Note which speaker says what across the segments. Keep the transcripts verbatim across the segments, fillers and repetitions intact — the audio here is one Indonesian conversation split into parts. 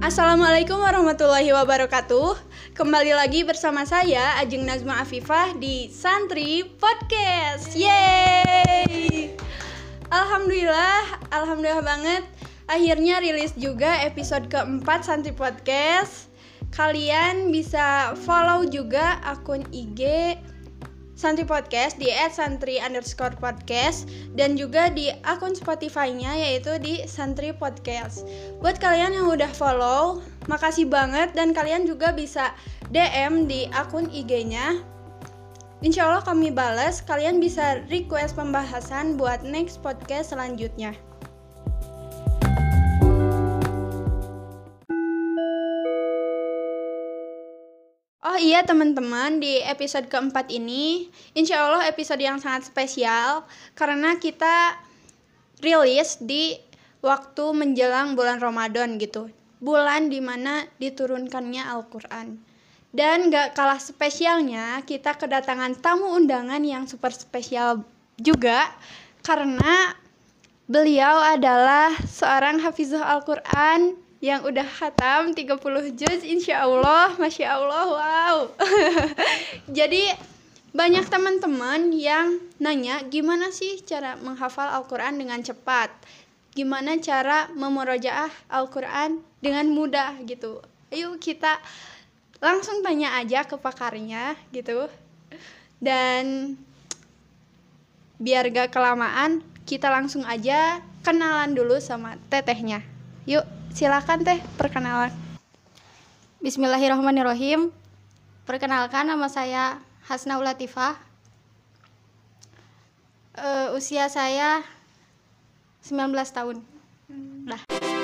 Speaker 1: Assalamualaikum warahmatullahi wabarakatuh. Kembali lagi bersama saya Ajeng Nazma Afifah di Santri Podcast. Yeay. Alhamdulillah, alhamdulillah banget. Akhirnya rilis juga episode keempat Santri Podcast. Kalian bisa follow juga akun I G Santri Podcast di et santri underscore podcast dan juga di akun Spotify-nya yaitu di Santri Podcast. Buat kalian yang udah follow, makasih banget, dan kalian juga bisa D M di akun I G-nya. Insya Allah kami balas. Kalian bisa request pembahasan buat next podcast selanjutnya. Oh iya teman-teman, di episode keempat ini insya Allah episode yang sangat spesial karena kita rilis di waktu menjelang bulan Ramadan gitu, bulan dimana diturunkannya Al-Quran. Dan gak kalah spesialnya, kita kedatangan tamu undangan yang super spesial juga karena beliau adalah seorang hafizah Al-Quran yang udah khatam tiga puluh juz insya Allah, Masya Allah, wow. Jadi banyak teman-teman yang nanya gimana sih cara menghafal Al-Quran dengan cepat, gimana cara memurojaah Al-Quran dengan mudah gitu. Ayo kita langsung tanya aja ke pakarnya gitu. Dan biar gak kelamaan, kita langsung aja kenalan dulu sama tetehnya. Yuk, silakan teh, perkenalan.
Speaker 2: Bismillahirrahmanirrahim. Perkenalkan, nama saya Hasnaul Latifah. Uh, usia saya sembilan belas tahun. Hmm. Dah.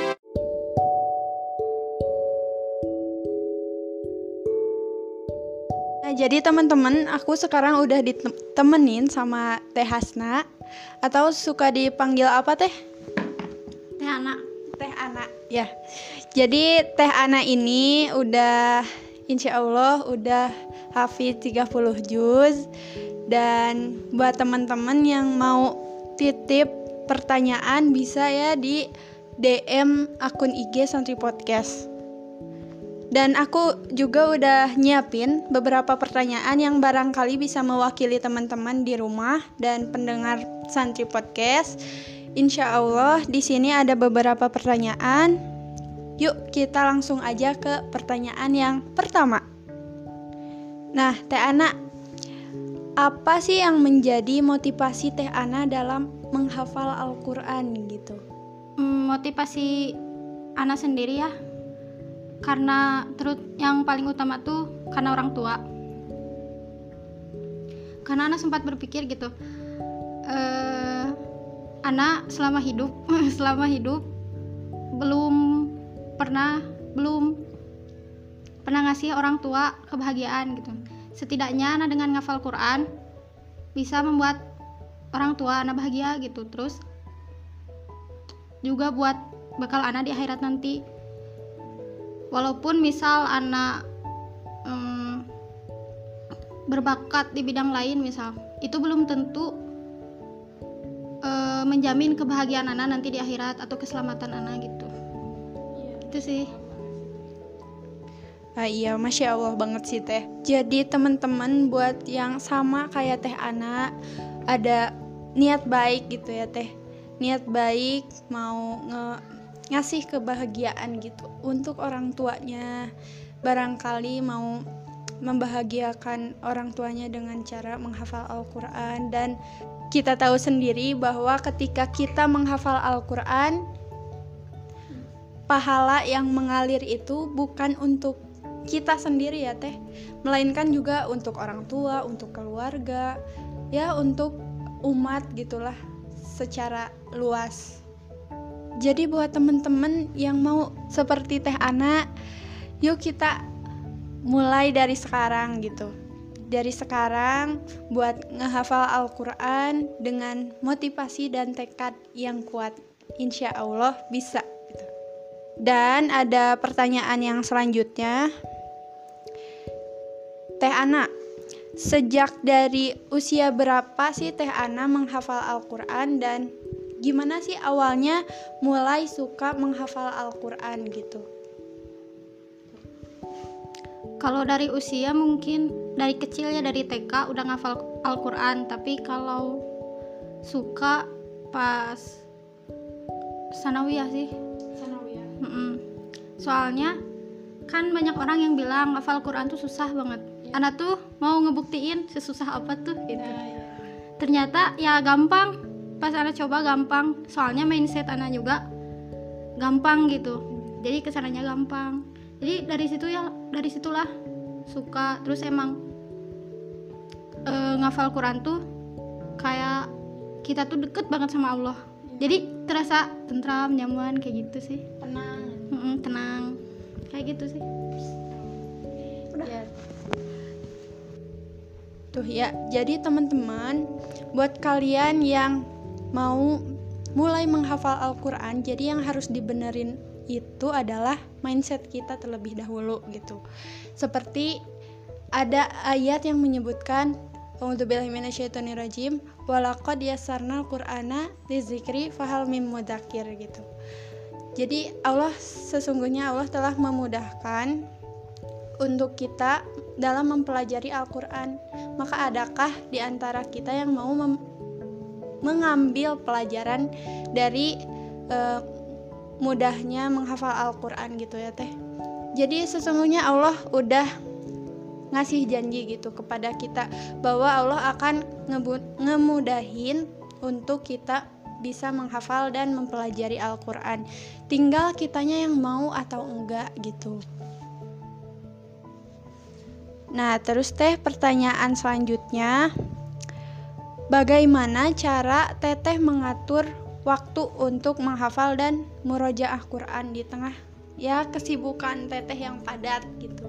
Speaker 1: Nah, jadi teman-teman, aku sekarang udah ditemenin sama Teh Hasna, atau suka dipanggil apa teh?
Speaker 2: Teh Ana.
Speaker 1: Teh Ana, ya. Jadi Teh Ana ini udah insya Allah udah hafiz tiga puluh juz. Dan buat teman-teman yang mau titip pertanyaan bisa ya di D M akun I G Santri Podcast. Dan aku juga udah nyiapin beberapa pertanyaan yang barangkali bisa mewakili teman-teman di rumah dan pendengar Santri Podcast. Insya Allah di sini ada beberapa pertanyaan. Yuk kita langsung aja ke pertanyaan yang pertama. Nah, Teh Ana, apa sih yang menjadi motivasi Teh Ana dalam menghafal Al-Quran gitu?
Speaker 2: Hmm, motivasi Ana sendiri ya, karena terus yang paling utama tuh karena orang tua. Karena Ana sempat berpikir gitu, eh Ana selama hidup selama hidup belum pernah belum pernah ngasih orang tua kebahagiaan gitu. Setidaknya Ana dengan ngafal Quran bisa membuat orang tua Ana bahagia gitu. Terus juga buat bekal Ana di akhirat nanti. Walaupun misal Ana um, berbakat di bidang lain misal, itu belum tentu menjamin kebahagiaan Ana nanti di akhirat atau keselamatan Ana gitu. Iya. Itu sih.
Speaker 1: Ah, iya, Masya Allah banget sih Teh. Jadi teman-teman buat yang sama kayak Teh Ana, ada niat baik gitu ya Teh. Niat baik mau nge- ngasih kebahagiaan gitu untuk orang tuanya. Barangkali mau membahagiakan orang tuanya dengan cara menghafal Al-Quran. Dan kita tahu sendiri bahwa ketika kita menghafal Al-Quran, pahala yang mengalir itu bukan untuk kita sendiri ya Teh, melainkan juga untuk orang tua, untuk keluarga, ya untuk umat gitulah secara luas. Jadi buat teman-teman yang mau seperti Teh Ana, yuk kita mulai dari sekarang gitu. Dari sekarang buat ngehafal Al-Quran dengan motivasi dan tekad yang kuat. Insya Allah bisa gitu. Dan ada pertanyaan yang selanjutnya. Teh Ana, sejak dari usia berapa sih Teh Ana menghafal Al-Quran, dan gimana sih awalnya mulai suka menghafal Al-Quran gitu?
Speaker 2: Kalau dari usia mungkin dari kecil ya, dari T K udah ngafal Al-Quran. Tapi kalau suka pas sanawiyah sih.
Speaker 1: Sanawiyah.
Speaker 2: Mm-mm. Soalnya kan banyak orang yang bilang ngafal Quran tuh susah banget.
Speaker 1: Ya.
Speaker 2: Anak tuh mau ngebuktiin sesusah apa tuh gitu.
Speaker 1: Nah, ya.
Speaker 2: Ternyata ya gampang. Pas anak coba gampang. Soalnya mindset anak juga gampang gitu. Jadi kesananya gampang. Jadi dari situ ya, dari situlah suka. Terus emang e, ngafal Quran tuh kayak kita tuh deket banget sama Allah. Jadi terasa tentram, nyaman kayak gitu sih.
Speaker 1: Tenang.
Speaker 2: Mm-mm, tenang kayak gitu sih.
Speaker 1: Udah. Ya. Tuh ya, jadi teman-teman, buat kalian yang mau mulai menghafal Al-Quran, jadi yang harus dibenerin itu adalah mindset kita terlebih dahulu gitu. Seperti ada ayat yang menyebutkan A'udzubillahi minasyaitonirrajim walaqad yassarnal qur'ana lizikri fahal mim mudzakir gitu. Jadi Allah sesungguhnya Allah telah memudahkan untuk kita dalam mempelajari Al-Quran. Maka adakah di antara kita yang mau mem- mengambil pelajaran dari uh, mudahnya menghafal Al-Quran gitu ya teh. Jadi sesungguhnya Allah udah ngasih janji gitu kepada kita bahwa Allah akan ngebu- ngemudahin untuk kita bisa menghafal dan mempelajari Al-Quran. Tinggal kitanya yang mau atau enggak gitu. Nah, terus teh pertanyaan selanjutnya, bagaimana cara teteh mengatur waktu untuk menghafal dan murojaah Quran di tengah ya kesibukan teteh yang padat gitu?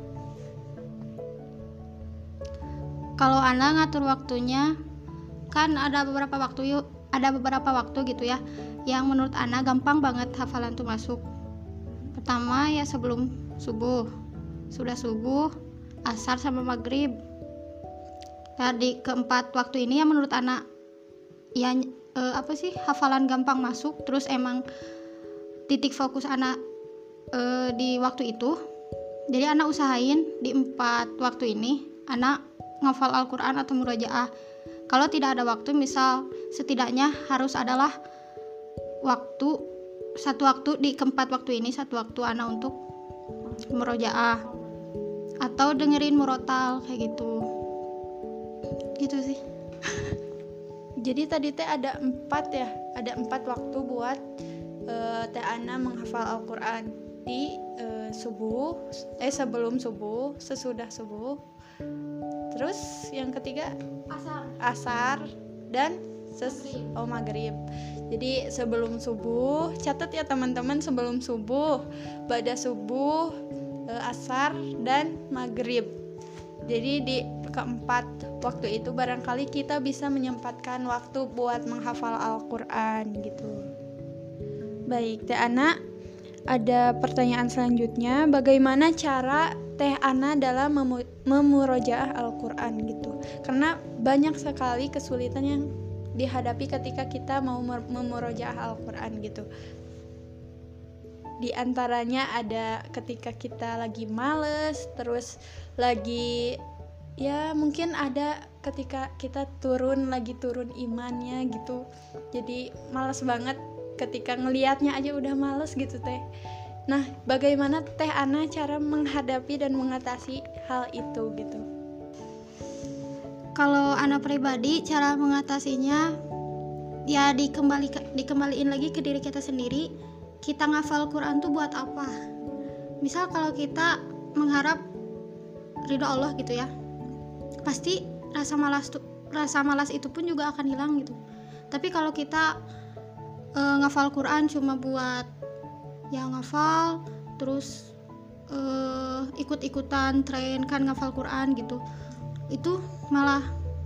Speaker 2: Kalau Ana ngatur waktunya, kan ada beberapa waktu yuk, ada beberapa waktu gitu ya, yang menurut Ana gampang banget hafalan tuh masuk. Pertama ya sebelum subuh, sudah subuh, asar sama maghrib. Tadi keempat waktu ini ya menurut Ana ya eh, apa sih hafalan gampang masuk. Terus emang titik fokus Ana eh, di waktu itu. Jadi Ana usahain di empat waktu ini Ana ngafal Al-Quran atau murojaah. Kalau tidak ada waktu, misal setidaknya harus adalah waktu satu waktu di keempat waktu ini, satu waktu Ana untuk murojaah atau dengerin murotal kayak gitu. Gitu sih.
Speaker 1: Jadi tadi teh ada empat ya, ada empat waktu buat uh, teh Ana menghafal Al-Quran di uh, subuh, eh sebelum subuh, sesudah subuh. Terus yang ketiga
Speaker 2: Asar,
Speaker 1: asar dan ses oh maghrib. Jadi sebelum subuh, catat ya teman-teman, sebelum subuh, ba'da subuh, asar dan maghrib. Jadi di keempat waktu itu barangkali kita bisa menyempatkan waktu buat menghafal Al-Quran gitu. Baik, Teh Ana, ada pertanyaan selanjutnya, bagaimana cara Teh Ana dalam memu- memurojaah Al-Quran gitu? Karena banyak sekali kesulitan yang dihadapi ketika kita mau memurojaah Al-Quran gitu. Di antaranya ada ketika kita lagi males, terus lagi ya mungkin ada ketika kita turun lagi turun imannya gitu. Jadi malas banget ketika ngelihatnya aja udah males gitu teh. Nah, bagaimana Teh Ana cara menghadapi dan mengatasi hal itu gitu?
Speaker 2: Kalau Ana pribadi cara mengatasinya ya dikembali dikembaliin lagi ke diri kita sendiri. Kita ngafal Quran tuh buat apa? Misal kalau kita mengharap ridho Allah gitu ya, pasti rasa malas tuh, rasa malas itu pun juga akan hilang gitu. Tapi kalau kita e, ngafal Quran cuma buat ya ngafal terus e, ikut-ikutan tren kan ngafal Quran gitu, itu malah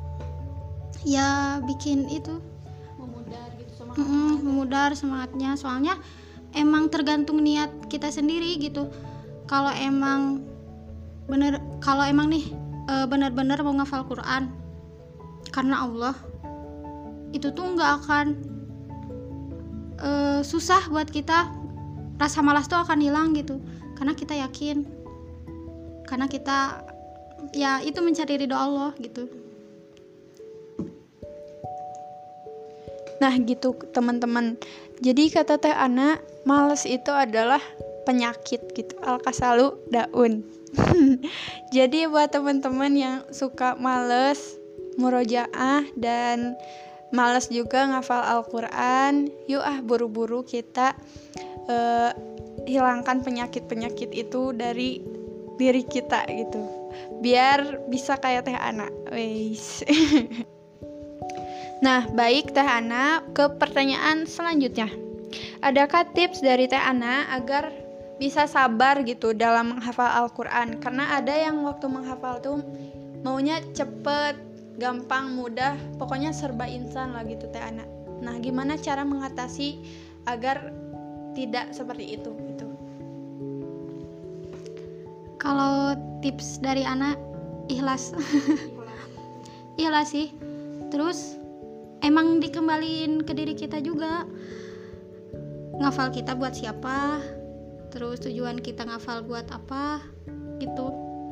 Speaker 2: ya bikin itu
Speaker 1: memudar gitu semangatnya.
Speaker 2: Mm-mm, memudar semangatnya. Soalnya emang tergantung niat kita sendiri gitu. Kalau emang bener, kalau emang nih e, benar-benar mau ngafal Quran karena Allah, itu tuh nggak akan e, susah buat kita. Rasa malas tuh akan hilang gitu, karena kita yakin, karena kita ya itu mencari ridho Allah gitu.
Speaker 1: Nah gitu teman-teman. Jadi kata Teh Ana, males itu adalah penyakit gitu. Al-kasalu daun. Jadi buat teman-teman yang suka males murojaah dan males juga ngafal Al-Quran, yuk ah buru-buru kita uh, hilangkan penyakit-penyakit itu dari diri kita gitu. Biar bisa kayak Teh Ana. Weis. Nah, baik Teh Ana, ke pertanyaan selanjutnya. Adakah tips dari Teh Ana agar bisa sabar gitu dalam menghafal Al-Quran? Karena ada yang waktu menghafal tuh maunya cepet, gampang, mudah, pokoknya serba instan lah gitu Teh Ana. Nah, gimana cara mengatasi agar tidak seperti itu gitu?
Speaker 2: Kalau tips dari Ana, ikhlas. Ikhlas sih. Terus emang dikembaliin ke diri kita juga. Ngafal kita buat siapa? Terus tujuan kita ngafal buat apa? Gitu.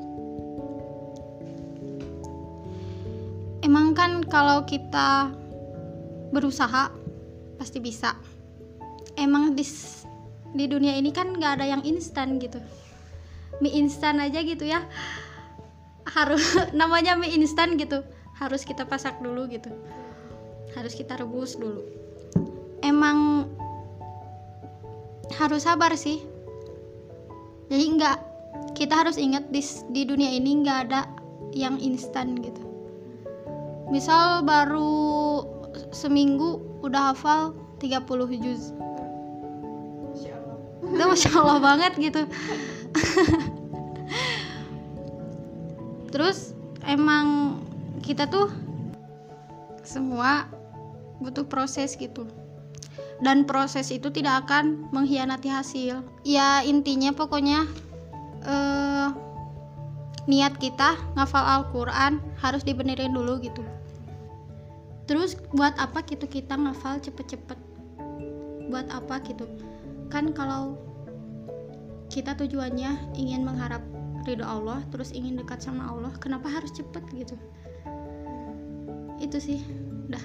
Speaker 2: Emang kan kalau kita berusaha pasti bisa. Emang di di dunia ini kan nggak ada yang instan gitu. Mie instan aja gitu ya. Harus namanya mie instan gitu. Harus kita pasak dulu gitu. Harus kita rebus dulu. Emang harus sabar sih. Jadi nggak, kita harus ingat di di dunia ini nggak ada yang instan gitu. Misal baru seminggu udah hafal tiga puluh juz. Itu Masya Allah banget gitu. Terus emang kita tuh semua butuh proses gitu. Dan proses itu tidak akan mengkhianati hasil. Ya intinya pokoknya eh, niat kita ngafal Al-Quran harus dibenerin dulu gitu. Terus buat apa gitu kita ngafal cepet-cepet? Buat apa gitu? Kan kalau kita tujuannya ingin mengharap ridho Allah, terus ingin dekat sama Allah, kenapa harus cepet gitu? Itu sih, dah.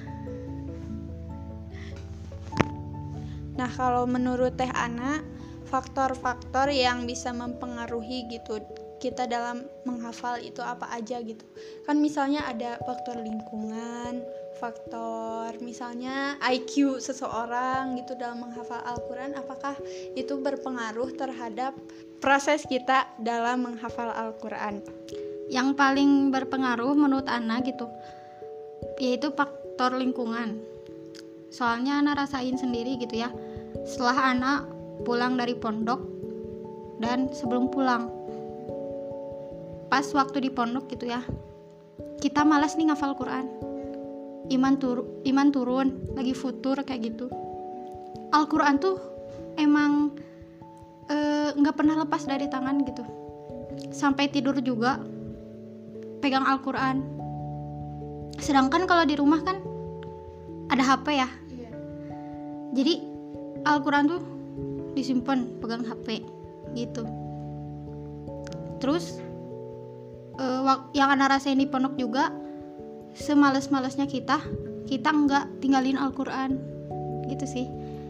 Speaker 1: Nah, kalau menurut Teh Ana, faktor-faktor yang bisa mempengaruhi gitu kita dalam menghafal itu apa aja gitu. Kan misalnya ada faktor lingkungan, faktor misalnya I Q seseorang gitu dalam menghafal Al-Quran, apakah itu berpengaruh terhadap proses kita dalam menghafal Al-Quran?
Speaker 2: Yang paling berpengaruh menurut Ana gitu, yaitu faktor lingkungan. Soalnya Ana rasain sendiri gitu ya, setelah Ana pulang dari pondok dan sebelum pulang, pas waktu di pondok gitu ya, kita malas nih ngafal Quran, iman tur iman turun, lagi futur kayak gitu. Al-Quran tuh emang nggak e, pernah lepas dari tangan gitu, sampai tidur juga pegang Al-Quran. Sedangkan kalau di rumah kan ada H P ya, iya. Jadi Al-Quran tuh disimpan pegang H P gitu. Terus uh, yang Ana rasain di pondok juga, semales-malesnya kita kita nggak tinggalin Al-Quran gitu sih.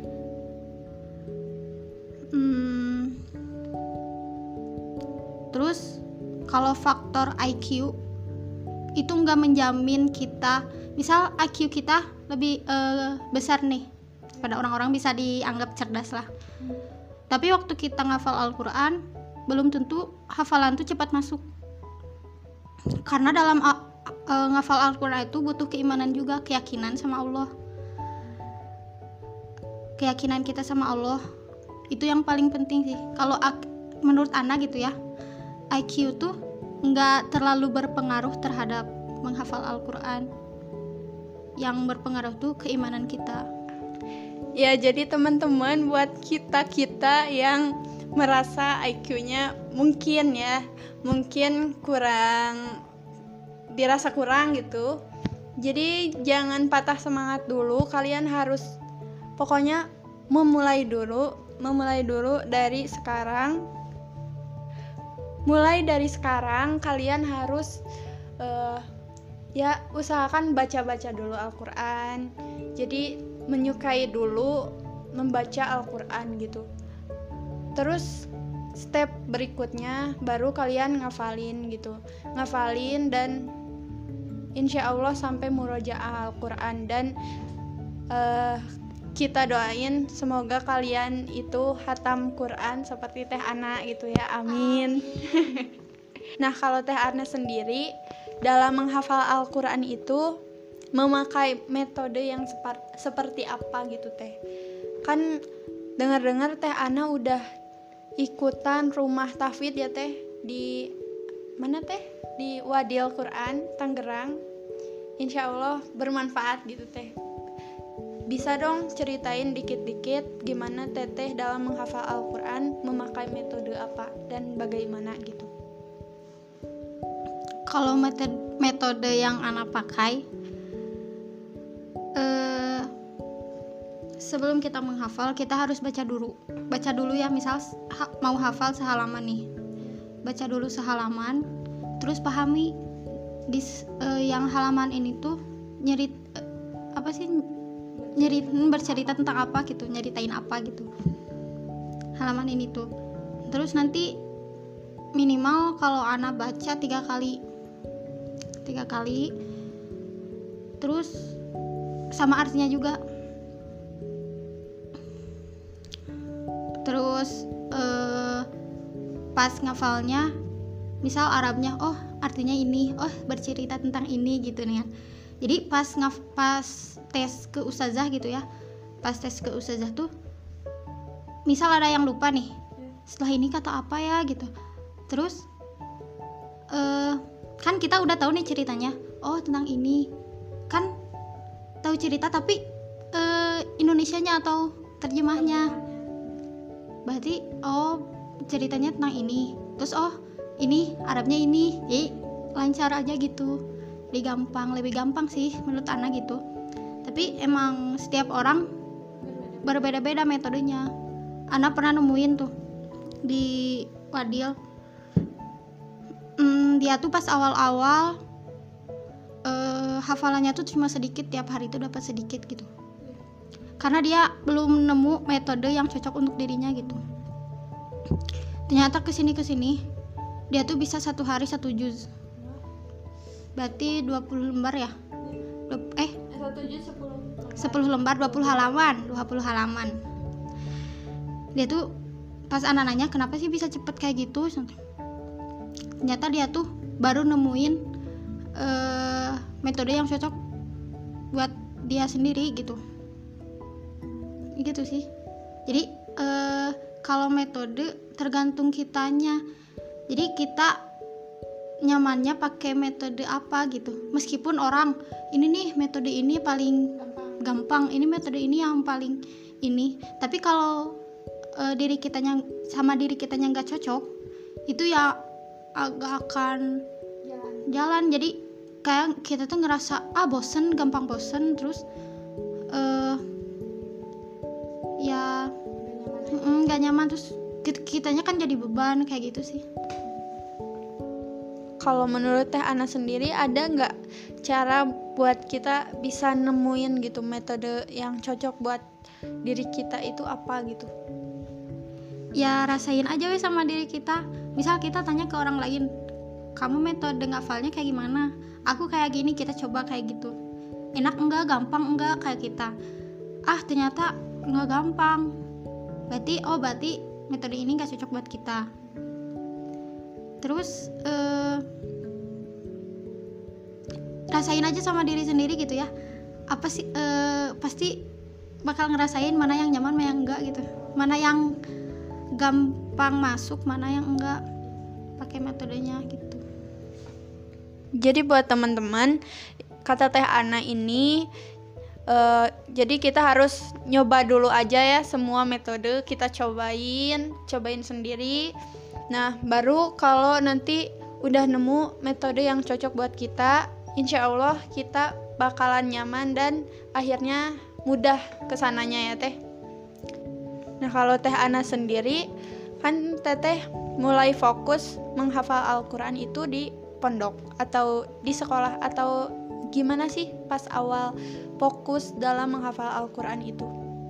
Speaker 2: hmm. Terus kalau faktor I Q itu nggak menjamin kita, misal I Q kita lebih uh, besar nih, pada orang-orang bisa dianggap cerdas lah, tapi waktu kita ngafal Al-Quran belum tentu hafalan tuh cepat masuk. Karena dalam uh, uh, ngafal Al-Quran itu butuh keimanan juga, keyakinan sama Allah. Keyakinan kita sama Allah itu yang paling penting sih. Kalau menurut Ana gitu ya, I Q tuh nggak terlalu berpengaruh terhadap menghafal Al-Quran. Yang berpengaruh tuh keimanan kita.
Speaker 1: Ya, jadi teman-teman, buat kita-kita yang merasa I Q-nya mungkin ya, mungkin kurang, dirasa kurang gitu, jadi jangan patah semangat dulu. Kalian harus pokoknya memulai dulu, memulai dulu dari sekarang. mulai dari sekarang kalian harus uh, ya usahakan baca-baca dulu Al-Quran. Jadi menyukai dulu membaca Al-Quran gitu. Terus step berikutnya baru kalian ngafalin gitu. Ngafalin dan insya Allah sampai murojaah Al-Quran. Dan uh, kita doain semoga kalian itu hatam Quran seperti Teh Ana gitu ya, amin. Nah kalau Teh Ana sendiri dalam menghafal Al-Quran itu memakai metode yang separ- seperti apa gitu Teh? Kan dengar-dengar Teh Ana udah ikutan rumah tahfidz ya Teh, di mana Teh? Di Wadil Quran Tangerang. Insya Allah bermanfaat gitu Teh. Bisa dong ceritain dikit-dikit gimana Teteh dalam menghafal Al-Quran memakai metode apa dan bagaimana gitu.
Speaker 2: Kalau metode, metode yang Ana pakai, eh, sebelum kita menghafal kita harus baca dulu. Baca dulu ya, misal ha, mau hafal sehalaman nih, baca dulu sehalaman, terus pahami di eh, yang halaman ini tuh nyerit eh, apa sih nyerit bercerita tentang apa gitu, nyeritain apa gitu halaman ini tuh. Terus nanti minimal kalau Ana baca tiga kali tiga kali terus sama artinya juga. Terus eh, pas ngafalnya misal Arabnya, oh artinya ini, oh bercerita tentang ini gitu nih ya. Jadi pas ngaf pas tes ke ustazah gitu ya, pas tes ke ustazah tuh misal ada yang lupa nih, setelah ini kata apa ya gitu. Terus uh, kan kita udah tahu nih ceritanya, oh tentang ini, kan tahu cerita tapi uh, Indonesianya atau terjemahnya, berarti oh ceritanya tentang ini, terus oh ini Arabnya ini, jadi lancar aja gitu, lebih gampang lebih gampang sih menurut Ana gitu. Tapi emang setiap orang berbeda-beda metodenya. Ana pernah nemuin tuh di Wadil, hmm, dia tuh pas awal-awal uh, hafalannya tuh cuma sedikit, tiap hari tuh dapat sedikit gitu, karena dia belum nemu metode yang cocok untuk dirinya gitu. Ternyata kesini kesini dia tuh bisa satu hari satu juz, berarti dua puluh lembar ya, eh sepuluh lembar, dua puluh halaman dua puluh halaman. Dia tuh pas Ana nanya kenapa sih bisa cepet kayak gitu, ternyata dia tuh baru nemuin uh, metode yang cocok buat dia sendiri gitu gitu sih. Jadi uh, kalau metode tergantung kitanya, jadi kita nyamannya pakai metode apa gitu. Meskipun orang ini nih metode ini paling gampang, gampang ini metode ini yang paling ini, tapi kalau e, diri kitanya sama diri kitanya nggak cocok, itu ya agak akan jalan. jalan. Jadi kayak kita tuh ngerasa ah bosen, gampang bosen, terus e, ya nggak nyaman, terus kitanya kan jadi beban kayak gitu sih.
Speaker 1: Kalau menurut Teh Ana sendiri ada nggak cara buat kita bisa nemuin gitu metode yang cocok buat diri kita itu apa gitu?
Speaker 2: Ya rasain aja weh sama diri kita. Misal kita tanya ke orang lain, kamu metode ngafalnya kayak gimana? Aku kayak gini, kita coba kayak gitu. Enak enggak, gampang enggak kayak kita? Ah ternyata nggak gampang. Berarti oh berarti metode ini nggak cocok buat kita. Terus uh, rasain aja sama diri sendiri gitu ya. Apa sih uh, pasti bakal ngerasain mana yang nyaman, mana yang enggak gitu. Mana yang gampang masuk, mana yang enggak, pakai metodenya gitu.
Speaker 1: Jadi buat teman-teman, kata Teh Ana ini uh, jadi kita harus nyoba dulu aja ya semua metode, kita cobain, cobain sendiri. Nah, baru kalau nanti udah nemu metode yang cocok buat kita, insya Allah kita bakalan nyaman dan akhirnya mudah kesananya ya Teh. Nah, kalau Teh Ana sendiri, kan Teteh mulai fokus menghafal Al-Quran itu di pondok atau di sekolah, atau gimana sih pas awal fokus dalam menghafal Al-Quran itu?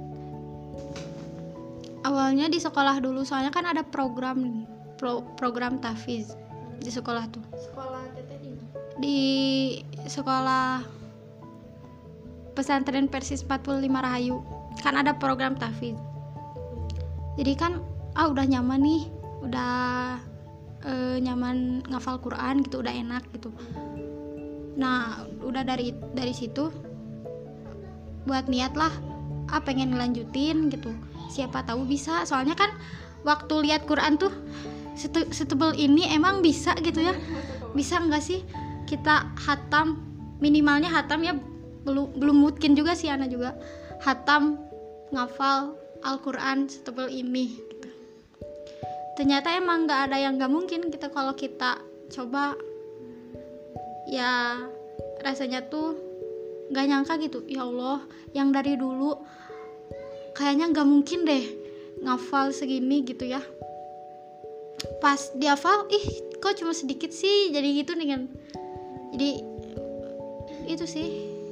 Speaker 2: Awalnya di sekolah dulu, soalnya kan ada program pro, program tahfiz di sekolah tuh.
Speaker 1: Sekolah teteh di
Speaker 2: Di sekolah pesantren Persis empat puluh lima Rahayu kan ada program tahfiz. Jadi kan ah udah nyaman nih, udah e, nyaman ngafal Quran gitu, udah enak gitu. Nah, udah dari dari situ buat niat lah, ah pengen ngelanjutin gitu. Siapa tahu bisa, soalnya kan waktu lihat Quran tuh setebel ini emang bisa gitu ya. Bisa nggak sih kita hatam, minimalnya hatam ya, belum belum mungkin juga sih Ana juga hatam ngafal Al-Quran setebel ini gitu. Ternyata emang nggak ada yang nggak mungkin kita kalau kita coba. Ya rasanya tuh nggak nyangka gitu, ya Allah, yang dari dulu kayaknya nggak mungkin deh ngafal segini gitu ya. Pas dihafal, ih kok cuma sedikit sih, jadi gitu nih kan. Jadi itu sih.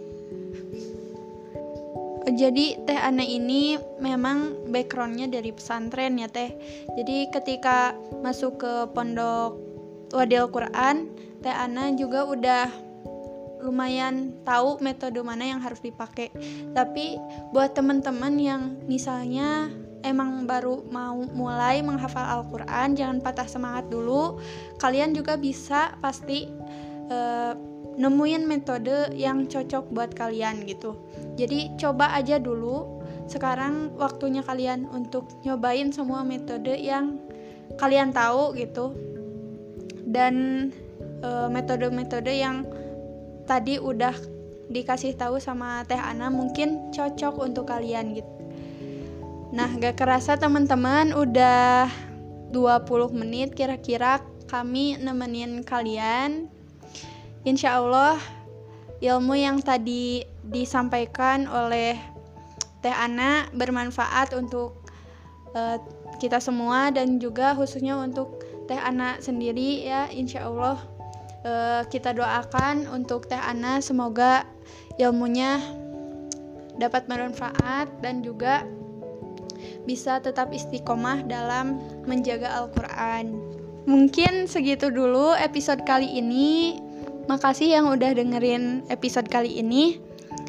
Speaker 1: Jadi Teh Ana ini memang backgroundnya dari pesantren ya Teh. Jadi ketika masuk ke pondok Wadi Al-Quran, Teh Ana juga udah lumayan tahu metode mana yang harus dipakai. Tapi buat teman-teman yang misalnya emang baru mau mulai menghafal Al-Quran, jangan patah semangat dulu. Kalian juga bisa pasti uh, nemuin metode yang cocok buat kalian gitu. Jadi coba aja dulu. Sekarang waktunya kalian untuk nyobain semua metode yang kalian tahu gitu. Dan uh, metode-metode yang tadi udah dikasih tahu sama Teh Ana mungkin cocok untuk kalian gitu. Nah, gak kerasa teman-teman udah dua puluh menit kira-kira kami nemenin kalian. Insya Allah ilmu yang tadi disampaikan oleh Teh Ana bermanfaat untuk uh, kita semua dan juga khususnya untuk Teh Ana sendiri ya. Insya Allah uh, kita doakan untuk Teh Ana, semoga ilmunya dapat bermanfaat dan juga bisa tetap istiqomah dalam menjaga Al-Quran. Mungkin segitu dulu episode kali ini. Makasih yang udah dengerin episode kali ini.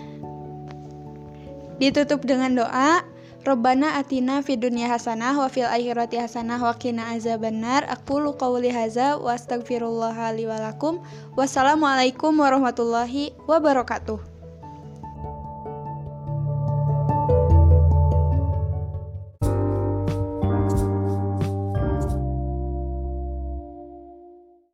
Speaker 1: Ditutup dengan doa. Rabbana atina fid dunya hasanah wa fil akhirati hasanah wa qina azabannar. Aqulu qouli hadza wa astaghfirullaha li wa lakum. Wassalamualaikum warahmatullahi wabarakatuh.